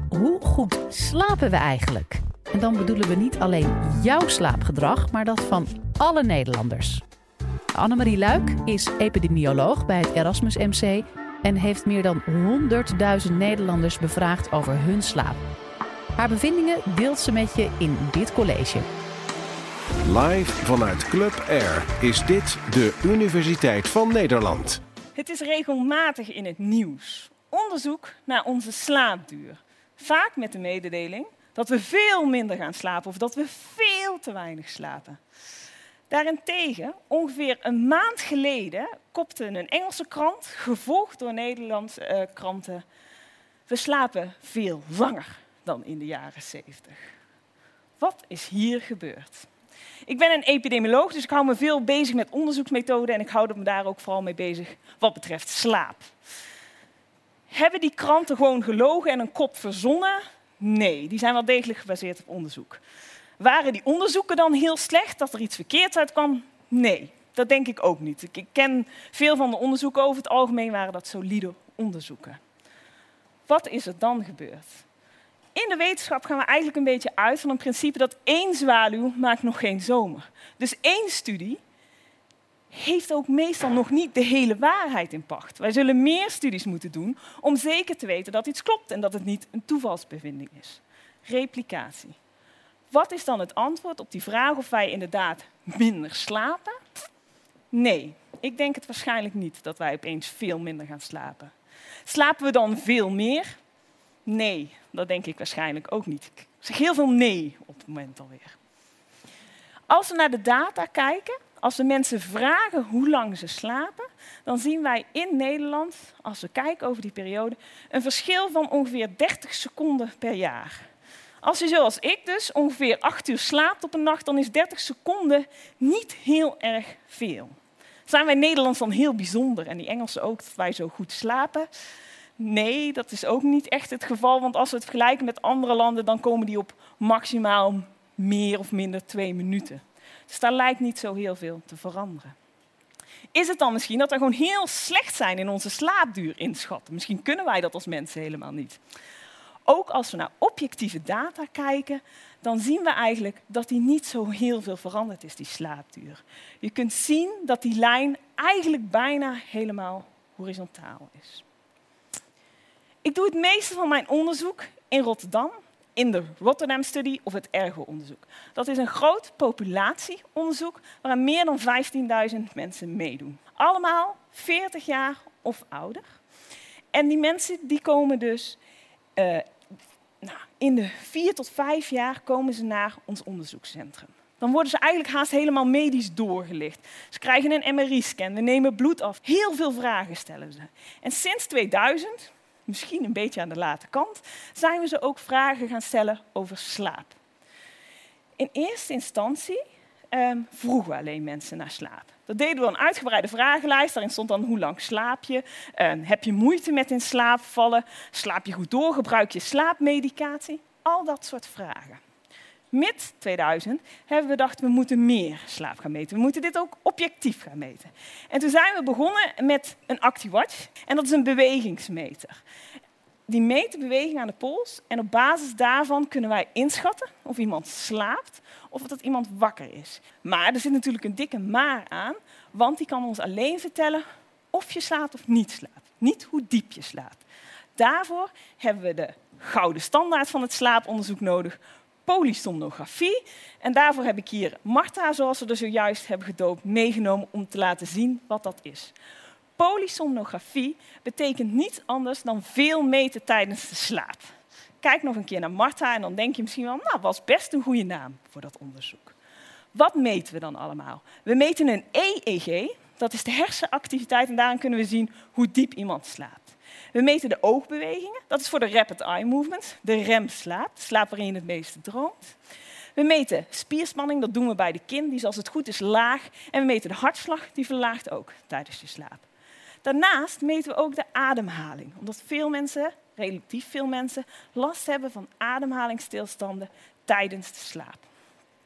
Hoe goed slapen we eigenlijk? En dan bedoelen we niet alleen jouw slaapgedrag, maar dat van alle Nederlanders. Annemarie Luik is epidemioloog bij het Erasmus MC en heeft meer dan 100.000 Nederlanders bevraagd over hun slaap. Haar bevindingen deelt ze met je in dit college. Live vanuit Club Air is dit de Universiteit van Nederland. Het is regelmatig in het nieuws. Onderzoek naar onze slaapduur. Vaak met de mededeling dat we veel minder gaan slapen of dat we veel te weinig slapen. Daarentegen, ongeveer een maand geleden, kopte een Engelse krant, gevolgd door Nederlandse kranten: we slapen veel langer dan in de jaren 70. Wat is hier gebeurd? Ik ben een epidemioloog, dus ik hou me veel bezig met onderzoeksmethoden en ik hou me daar ook vooral mee bezig wat betreft slaap. Hebben die kranten gewoon gelogen en een kop verzonnen? Nee, die zijn wel degelijk gebaseerd op onderzoek. Waren die onderzoeken dan heel slecht, dat er iets verkeerds uitkwam? Nee, dat denk ik ook niet. Ik ken veel van de onderzoeken, over het algemeen waren dat solide onderzoeken. Wat is er dan gebeurd? In de wetenschap gaan we eigenlijk een beetje uit van een principe dat 1 zwaluw maakt nog geen zomer. Dus 1 studie heeft ook meestal nog niet de hele waarheid in pacht. Wij zullen meer studies moeten doen om zeker te weten dat iets klopt en dat het niet een toevalsbevinding is. Replicatie. Wat is dan het antwoord op die vraag of wij inderdaad minder slapen? Nee, ik denk het waarschijnlijk niet dat wij opeens veel minder gaan slapen. Slapen we dan veel meer? Nee, dat denk ik waarschijnlijk ook niet. Ik zeg heel veel nee op het moment alweer. Als we naar de data kijken, als we mensen vragen hoe lang ze slapen, dan zien wij in Nederland, als we kijken over die periode, een verschil van ongeveer 30 seconden per jaar. Als je zoals ik dus ongeveer 8 uur slaapt op een nacht, dan is 30 seconden niet heel erg veel. Zijn wij Nederlanders dan heel bijzonder en die Engelsen ook, dat wij zo goed slapen? Nee, dat is ook niet echt het geval, want als we het vergelijken met andere landen, dan komen die op maximaal meer of minder 2 minuten. Dus daar lijkt niet zo heel veel te veranderen. Is het dan misschien dat we gewoon heel slecht zijn in onze slaapduur inschatten? Misschien kunnen wij dat als mensen helemaal niet. Ook als we naar objectieve data kijken, dan zien we eigenlijk dat die niet zo heel veel veranderd is, die slaapduur. Je kunt zien dat die lijn eigenlijk bijna helemaal horizontaal is. Ik doe het meeste van mijn onderzoek in Rotterdam, in de Rotterdam Study of het Ergo-onderzoek. Dat is een groot populatieonderzoek waaraan meer dan 15.000 mensen meedoen. Allemaal 40 jaar of ouder. En die mensen die komen dus in de 4 tot 5 jaar komen ze naar ons onderzoekscentrum. Dan worden ze eigenlijk haast helemaal medisch doorgelicht. Ze krijgen een MRI-scan, we nemen bloed af. Heel veel vragen stellen ze. En sinds 2000, misschien een beetje aan de late kant, zijn we ze ook vragen gaan stellen over slaap. In eerste instantie vroegen we alleen mensen naar slaap. Dat deden we een uitgebreide vragenlijst. Daarin stond dan hoe lang slaap je? Heb je moeite met in slaap vallen? Slaap je goed door? Gebruik je slaapmedicatie? Al dat soort vragen. Mid 2000 hebben we gedacht, we moeten meer slaap gaan meten. We moeten dit ook objectief gaan meten. En toen zijn we begonnen met een ActiWatch. En dat is een bewegingsmeter. Die meet de beweging aan de pols. En op basis daarvan kunnen wij inschatten of iemand slaapt of dat iemand wakker is. Maar er zit natuurlijk een dikke maar aan, want die kan ons alleen vertellen of je slaapt of niet slaapt. Niet hoe diep je slaapt. Daarvoor hebben we de gouden standaard van het slaaponderzoek nodig, polysomnografie. En daarvoor heb ik hier Marta, zoals we er zojuist hebben gedoopt, meegenomen om te laten zien wat dat is. Polysomnografie betekent niets anders dan veel meten tijdens de slaap. Kijk nog een keer naar Marta en dan denk je misschien wel, nou, was best een goede naam voor dat onderzoek. Wat meten we dan allemaal? We meten een EEG, dat is de hersenactiviteit en daarin kunnen we zien hoe diep iemand slaapt. We meten de oogbewegingen, dat is voor de rapid eye movement, de REM-slaap, de slaap waarin je het meeste droomt. We meten spierspanning, dat doen we bij de kin, die is als het goed is laag. En we meten de hartslag, die verlaagt ook tijdens je slaap. Daarnaast meten we ook de ademhaling, omdat veel mensen, relatief veel mensen, last hebben van ademhalingsstilstanden tijdens de slaap.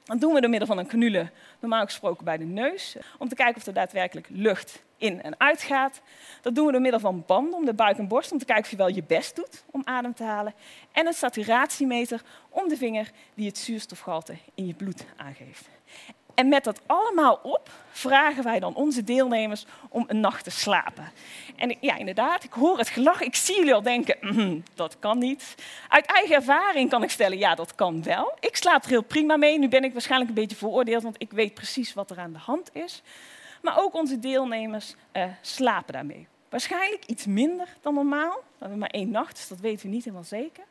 Dat doen we door middel van een canule, normaal gesproken bij de neus, om te kijken of er daadwerkelijk lucht in en uit gaat. Dat doen we door middel van banden om de buik en borst, om te kijken of je wel je best doet om adem te halen. En een saturatiemeter om de vinger die het zuurstofgehalte in je bloed aangeeft. En met dat allemaal op vragen wij dan onze deelnemers om een nacht te slapen. En ja, inderdaad, ik hoor het gelach. Ik zie jullie al denken, dat kan niet. Uit eigen ervaring kan ik stellen, ja, dat kan wel. Ik slaap er heel prima mee. Nu ben ik waarschijnlijk een beetje veroordeeld, want ik weet precies wat er aan de hand is. Maar ook onze deelnemers slapen daarmee. Waarschijnlijk iets minder dan normaal. We hebben maar 1 nacht, dus dat weten we niet helemaal zeker.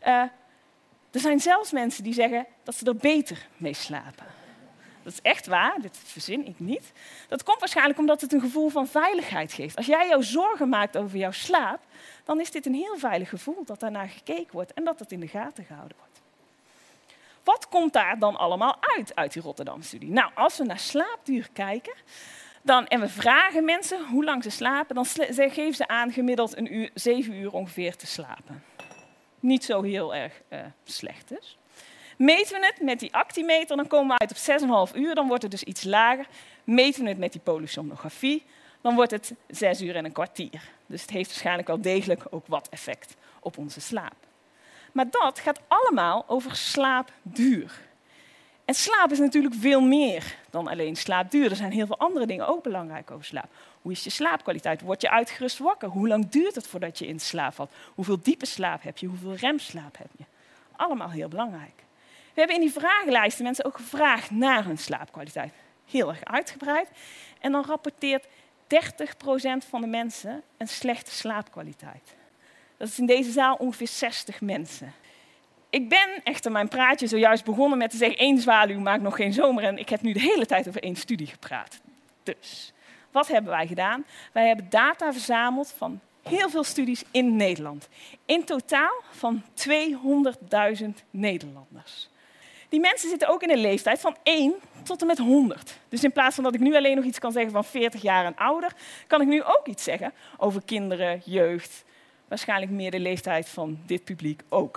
Er zijn zelfs mensen die zeggen dat ze er beter mee slapen. Dat is echt waar, dit verzin ik niet. Dat komt waarschijnlijk omdat het een gevoel van veiligheid geeft. Als jij jou zorgen maakt over jouw slaap, dan is dit een heel veilig gevoel dat daarnaar gekeken wordt en dat het in de gaten gehouden wordt. Wat komt daar dan allemaal uit die Rotterdam-studie? Nou, als we naar slaapduur kijken en we vragen mensen hoe lang ze slapen, dan geven ze aan gemiddeld 7 uur ongeveer te slapen. Niet zo heel erg slecht dus. Meten we het met die actimeter, dan komen we uit op 6,5 uur, dan wordt het dus iets lager. Meten we het met die polysomnografie, dan wordt het 6 uur en een kwartier. Dus het heeft waarschijnlijk wel degelijk ook wat effect op onze slaap. Maar dat gaat allemaal over slaapduur. En slaap is natuurlijk veel meer dan alleen slaapduur. Er zijn heel veel andere dingen ook belangrijk over slaap. Hoe is je slaapkwaliteit? Word je uitgerust wakker? Hoe lang duurt het voordat je in slaap valt? Hoeveel diepe slaap heb je? Hoeveel remslaap heb je? Allemaal heel belangrijk. We hebben in die vragenlijsten mensen ook gevraagd naar hun slaapkwaliteit. Heel erg uitgebreid. En dan rapporteert 30% van de mensen een slechte slaapkwaliteit. Dat is in deze zaal ongeveer 60 mensen. Ik ben echter mijn praatje zojuist begonnen met te zeggen 1 zwaluw maakt nog geen zomer. En ik heb nu de hele tijd over 1 studie gepraat. Dus, wat hebben wij gedaan? Wij hebben data verzameld van heel veel studies in Nederland. In totaal van 200.000 Nederlanders. Die mensen zitten ook in een leeftijd van 1 tot en met 100. Dus in plaats van dat ik nu alleen nog iets kan zeggen van 40 jaar en ouder, kan ik nu ook iets zeggen over kinderen, jeugd, waarschijnlijk meer de leeftijd van dit publiek ook.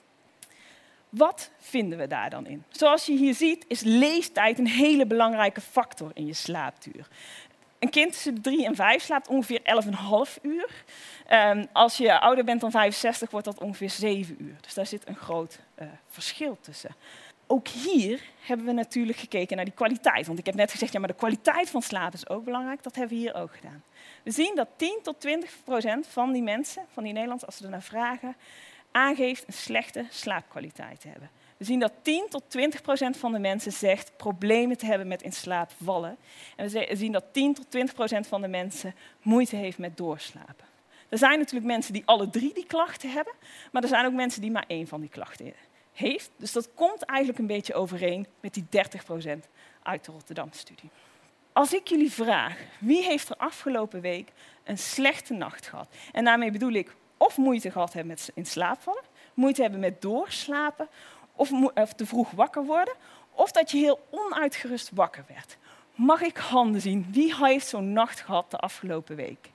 Wat vinden we daar dan in? Zoals je hier ziet is leeftijd een hele belangrijke factor in je slaapduur. Een kind tussen de 3 en 5 slaapt ongeveer 11,5 uur. Als je ouder bent dan 65 wordt dat ongeveer 7 uur. Dus daar zit een groot verschil tussen. Ook hier hebben we natuurlijk gekeken naar die kwaliteit. Want ik heb net gezegd, ja, maar de kwaliteit van slaap is ook belangrijk. Dat hebben we hier ook gedaan. We zien dat 10 tot 20% van die mensen, van die Nederlanders, als ze er naar vragen, aangeeft een slechte slaapkwaliteit te hebben. We zien dat 10 tot 20% van de mensen zegt problemen te hebben met in slaap vallen. En we zien dat 10 tot 20% van de mensen moeite heeft met doorslapen. Er zijn natuurlijk mensen die alle 3 die klachten hebben, maar er zijn ook mensen die maar 1 van die klachten heeft. Dus dat komt eigenlijk een beetje overeen met die 30% uit de Rotterdam-studie. Als ik jullie vraag, wie heeft er afgelopen week een slechte nacht gehad? En daarmee bedoel ik of moeite gehad hebben met in slaap vallen, moeite hebben met doorslapen, of te vroeg wakker worden, of dat je heel onuitgerust wakker werd. Mag ik handen zien? Wie heeft zo'n nacht gehad de afgelopen week?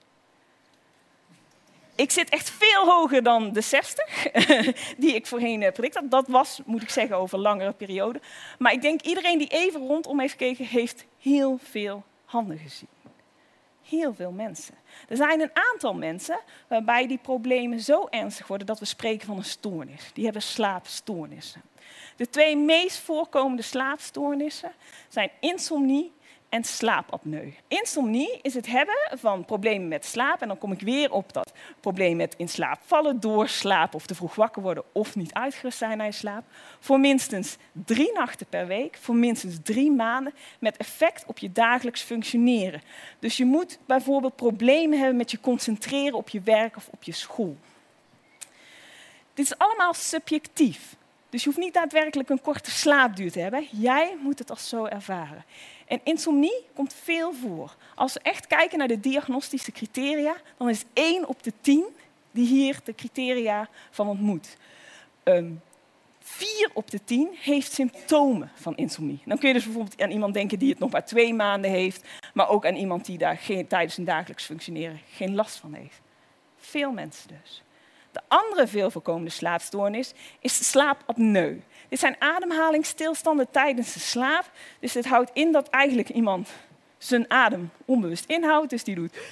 Ik zit echt veel hoger dan de 60 die ik voorheen predikt had. Dat was, moet ik zeggen, over een langere periode. Maar ik denk iedereen die even rondom heeft gekeken, heeft heel veel handen gezien. Heel veel mensen. Er zijn een aantal mensen waarbij die problemen zo ernstig worden dat we spreken van een stoornis. Die hebben slaapstoornissen. De 2 meest voorkomende slaapstoornissen zijn insomnie en slaapapneu. Insomnie is het hebben van problemen met slaap. En dan kom ik weer op dat probleem met in slaap vallen, doorslapen of te vroeg wakker worden of niet uitgerust zijn naar je slaap. Voor minstens 3 nachten per week, voor minstens 3 maanden, met effect op je dagelijks functioneren. Dus je moet bijvoorbeeld problemen hebben met je concentreren op je werk of op je school. Dit is allemaal subjectief. Dus je hoeft niet daadwerkelijk een korte slaapduur te hebben. Jij moet het als zo ervaren. En insomnie komt veel voor. Als we echt kijken naar de diagnostische criteria, dan is 1 op de 10 die hier de criteria van ontmoet. 4 op de 10 heeft symptomen van insomnie. Dan kun je dus bijvoorbeeld aan iemand denken die het nog maar 2 maanden heeft, maar ook aan iemand die daar tijdens zijn dagelijks functioneren geen last van heeft. Veel mensen dus. De andere veel voorkomende slaapstoornis is de slaapapneu. Dit zijn ademhalingsstilstanden tijdens de slaap. Dus dit houdt in dat eigenlijk iemand zijn adem onbewust inhoudt. Dus die doet...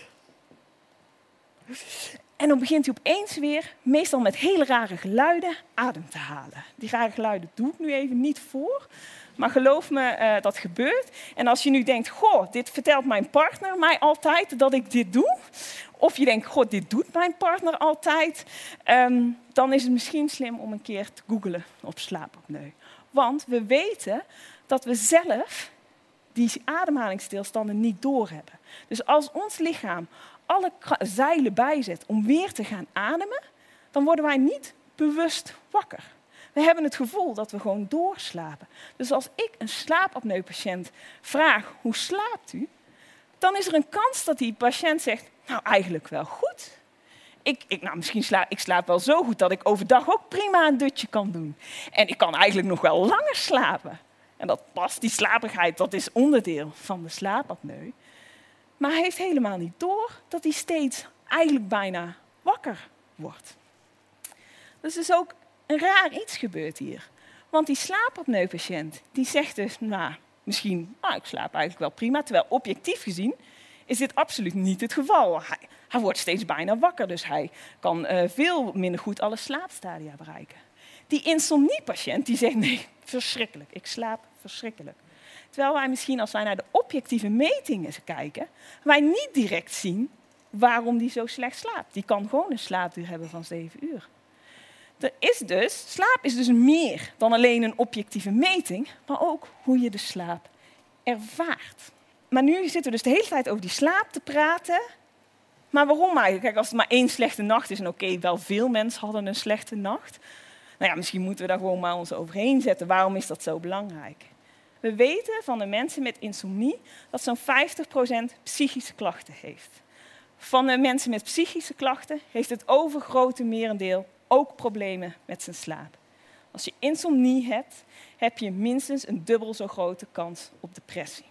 En dan begint hij opeens weer, meestal met hele rare geluiden, adem te halen. Die rare geluiden doe ik nu even niet voor. Maar geloof me, dat gebeurt. En als je nu denkt, goh, dit vertelt mijn partner mij altijd dat ik dit doe. Of je denkt, goh, dit doet mijn partner altijd. Dan is het misschien slim om een keer te googlen op slaapapneu. Want we weten dat we zelf die ademhalingsstilstanden niet doorhebben. Dus als ons lichaam alle zeilen bijzet om weer te gaan ademen, dan worden wij niet bewust wakker. We hebben het gevoel dat we gewoon doorslapen. Dus als ik een slaapapneupatiënt vraag, hoe slaapt u? Dan is er een kans dat die patiënt zegt, nou eigenlijk wel goed. Misschien slaap wel zo goed dat ik overdag ook prima een dutje kan doen. En ik kan eigenlijk nog wel langer slapen. En dat past, die slaperigheid, dat is onderdeel van de slaapapneu. Maar hij heeft helemaal niet door dat hij steeds eigenlijk bijna wakker wordt. Dus er is ook een raar iets gebeurt hier. Want die slaapapneupatiënt die zegt dus, misschien, ik slaap eigenlijk wel prima. Terwijl objectief gezien is dit absoluut niet het geval. Hij wordt steeds bijna wakker, dus hij kan veel minder goed alle slaapstadia bereiken. Die insomniepatiënt die zegt, nee, verschrikkelijk, ik slaap verschrikkelijk. Terwijl wij misschien, als wij naar de objectieve metingen kijken, wij niet direct zien waarom die zo slecht slaapt. Die kan gewoon een slaapduur hebben van 7 uur. Slaap is dus meer dan alleen een objectieve meting, maar ook hoe je de slaap ervaart. Maar nu zitten we dus de hele tijd over die slaap te praten. Maar waarom eigenlijk? Kijk, als het maar 1 slechte nacht is, en oké, wel veel mensen hadden een slechte nacht. Nou ja, misschien moeten we daar gewoon maar ons overheen zetten. Waarom is dat zo belangrijk? We weten van de mensen met insomnie dat zo'n 50% psychische klachten heeft. Van de mensen met psychische klachten heeft het overgrote merendeel ook problemen met zijn slaap. Als je insomnie hebt, heb je minstens een dubbel zo grote kans op depressie.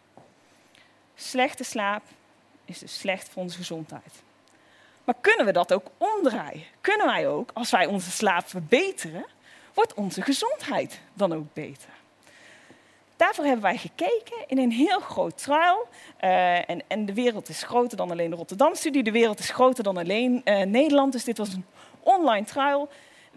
Slechte slaap is dus slecht voor onze gezondheid. Maar kunnen we dat ook omdraaien? Kunnen wij ook, als wij onze slaap verbeteren, wordt onze gezondheid dan ook beter? Daarvoor hebben wij gekeken in een heel groot trial. En de wereld is groter dan alleen de Rotterdam-studie. De wereld is groter dan alleen Nederland. Dus dit was een online trial.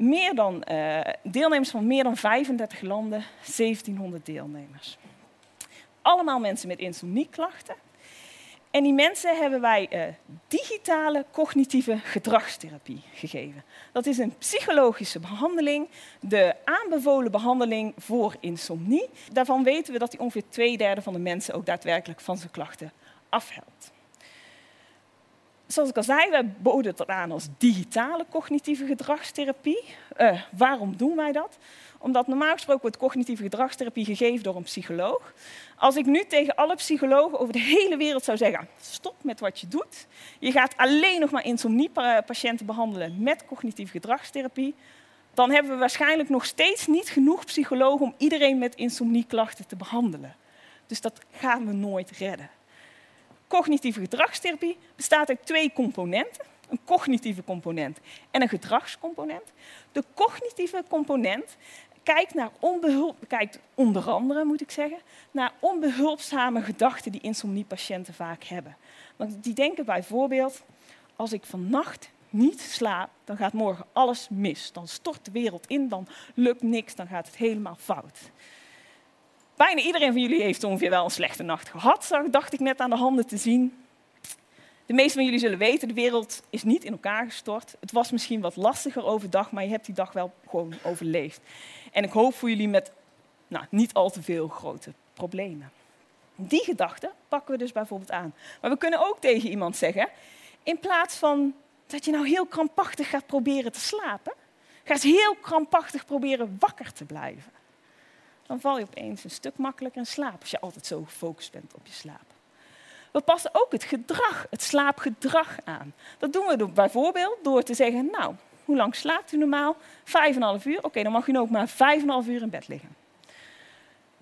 Deelnemers van meer dan 35 landen, 1700 deelnemers. Allemaal mensen met insomnieklachten. En die mensen hebben wij digitale cognitieve gedragstherapie gegeven. Dat is een psychologische behandeling, de aanbevolen behandeling voor insomnie. Daarvan weten we dat die ongeveer 2/3 van de mensen ook daadwerkelijk van zijn klachten afhelpt. Zoals ik al zei, wij boden het aan als digitale cognitieve gedragstherapie. Waarom doen wij dat? Omdat normaal gesproken wordt cognitieve gedragstherapie gegeven door een psycholoog. Als ik nu tegen alle psychologen over de hele wereld zou zeggen, stop met wat je doet. Je gaat alleen nog maar insomniepatiënten behandelen met cognitieve gedragstherapie. Dan hebben we waarschijnlijk nog steeds niet genoeg psychologen om iedereen met insomnieklachten te behandelen. Dus dat gaan we nooit redden. Cognitieve gedragstherapie bestaat uit 2 componenten. Een cognitieve component en een gedragscomponent. De cognitieve component kijkt onder andere, naar onbehulpzame gedachten die insomniepatiënten vaak hebben. Want die denken bijvoorbeeld, als ik vannacht niet slaap, dan gaat morgen alles mis. Dan stort de wereld in, dan lukt niks, dan gaat het helemaal fout. Bijna iedereen van jullie heeft ongeveer wel een slechte nacht gehad, dacht ik net aan de handen te zien. De meesten van jullie zullen weten, de wereld is niet in elkaar gestort. Het was misschien wat lastiger overdag, maar je hebt die dag wel gewoon overleefd. En ik hoop voor jullie met niet al te veel grote problemen. Die gedachten pakken we dus bijvoorbeeld aan. Maar we kunnen ook tegen iemand zeggen, in plaats van dat je nou heel krampachtig gaat proberen te slapen, ga eens heel krampachtig proberen wakker te blijven. Dan val je opeens een stuk makkelijker in slaap als je altijd zo gefocust bent op je slaap. We passen ook het slaapgedrag aan. Dat doen we bijvoorbeeld door te zeggen, nou, hoe lang slaapt u normaal? 5,5 uur. Oké, dan mag u ook maar 5,5 uur in bed liggen.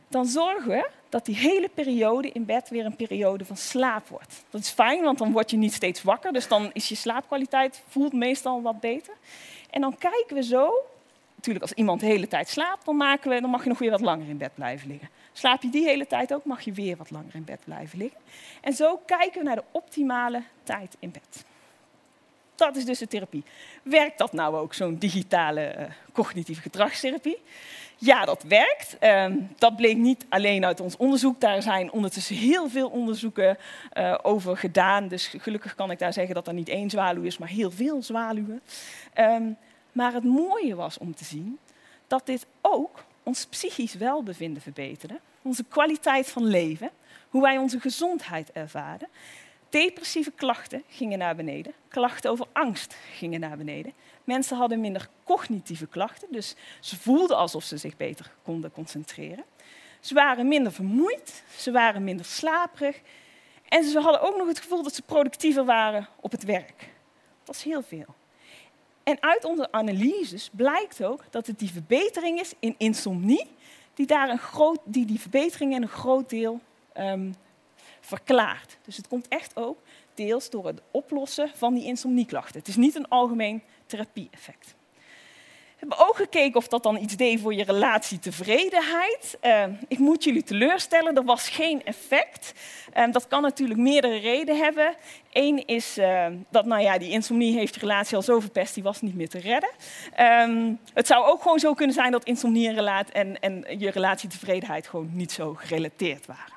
dan zorgen we dat die hele periode in bed weer een periode van slaap wordt. Dat is fijn, want dan word je niet steeds wakker. Dus dan is je slaapkwaliteit voelt meestal wat beter. En dan kijken we zo. Natuurlijk, als iemand de hele tijd slaapt, dan mag je nog weer wat langer in bed blijven liggen. Slaap je die hele tijd ook, mag je weer wat langer in bed blijven liggen. En zo kijken we naar de optimale tijd in bed. Dat is dus de therapie. Werkt dat nou ook, zo'n digitale cognitieve gedragstherapie? Ja, dat werkt. Dat bleek niet alleen uit ons onderzoek. Daar zijn ondertussen heel veel onderzoeken over gedaan. Dus gelukkig kan ik daar zeggen dat er niet één zwaluw is, maar heel veel zwaluwen. Maar het mooie was om te zien dat dit ook ons psychisch welbevinden verbeterde. Onze kwaliteit van leven, hoe wij onze gezondheid ervaren. Depressieve klachten gingen naar beneden. Klachten over angst gingen naar beneden. Mensen hadden minder cognitieve klachten, dus ze voelden alsof ze zich beter konden concentreren. Ze waren minder vermoeid, ze waren minder slaperig en ze hadden ook nog het gevoel dat ze productiever waren op het werk. Dat is heel veel. En uit onze analyses blijkt ook dat het die verbetering is in insomnie die verbetering in een groot deel verklaart. Dus het komt echt ook deels door het oplossen van die insomnieklachten. Het is niet een algemeen therapie-effect. We hebben ook gekeken of dat dan iets deed voor je relatietevredenheid. Ik moet jullie teleurstellen, er was geen effect. Dat kan natuurlijk meerdere redenen hebben. Eén is dat die insomnie heeft je relatie al zo verpest, die was niet meer te redden. Het zou ook gewoon zo kunnen zijn dat insomnie en je relatietevredenheid gewoon niet zo gerelateerd waren.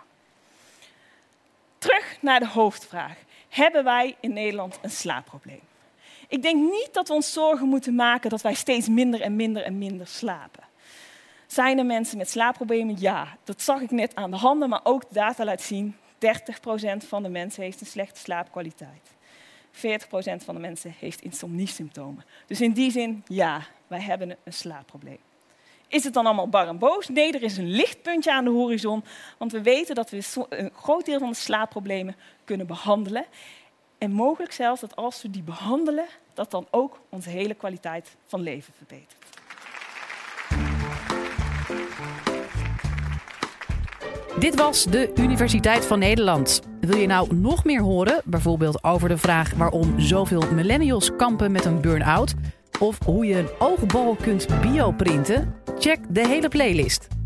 Terug naar de hoofdvraag. Hebben wij in Nederland een slaapprobleem? Ik denk niet dat we ons zorgen moeten maken dat wij steeds minder en minder en minder slapen. Zijn er mensen met slaapproblemen? Ja, dat zag ik net aan de handen, maar ook de data laat zien. 30% van de mensen heeft een slechte slaapkwaliteit. 40% van de mensen heeft insomniesymptomen. Dus in die zin, ja, wij hebben een slaapprobleem. Is het dan allemaal bar en boos? Nee, er is een lichtpuntje aan de horizon, want we weten dat we een groot deel van de slaapproblemen kunnen behandelen. En mogelijk zelfs dat als we die behandelen, dat dan ook onze hele kwaliteit van leven verbetert. Dit was de Universiteit van Nederland. Wil je nou nog meer horen, bijvoorbeeld over de vraag waarom zoveel millennials kampen met een burn-out? Of hoe je een oogbal kunt bioprinten? Check de hele playlist.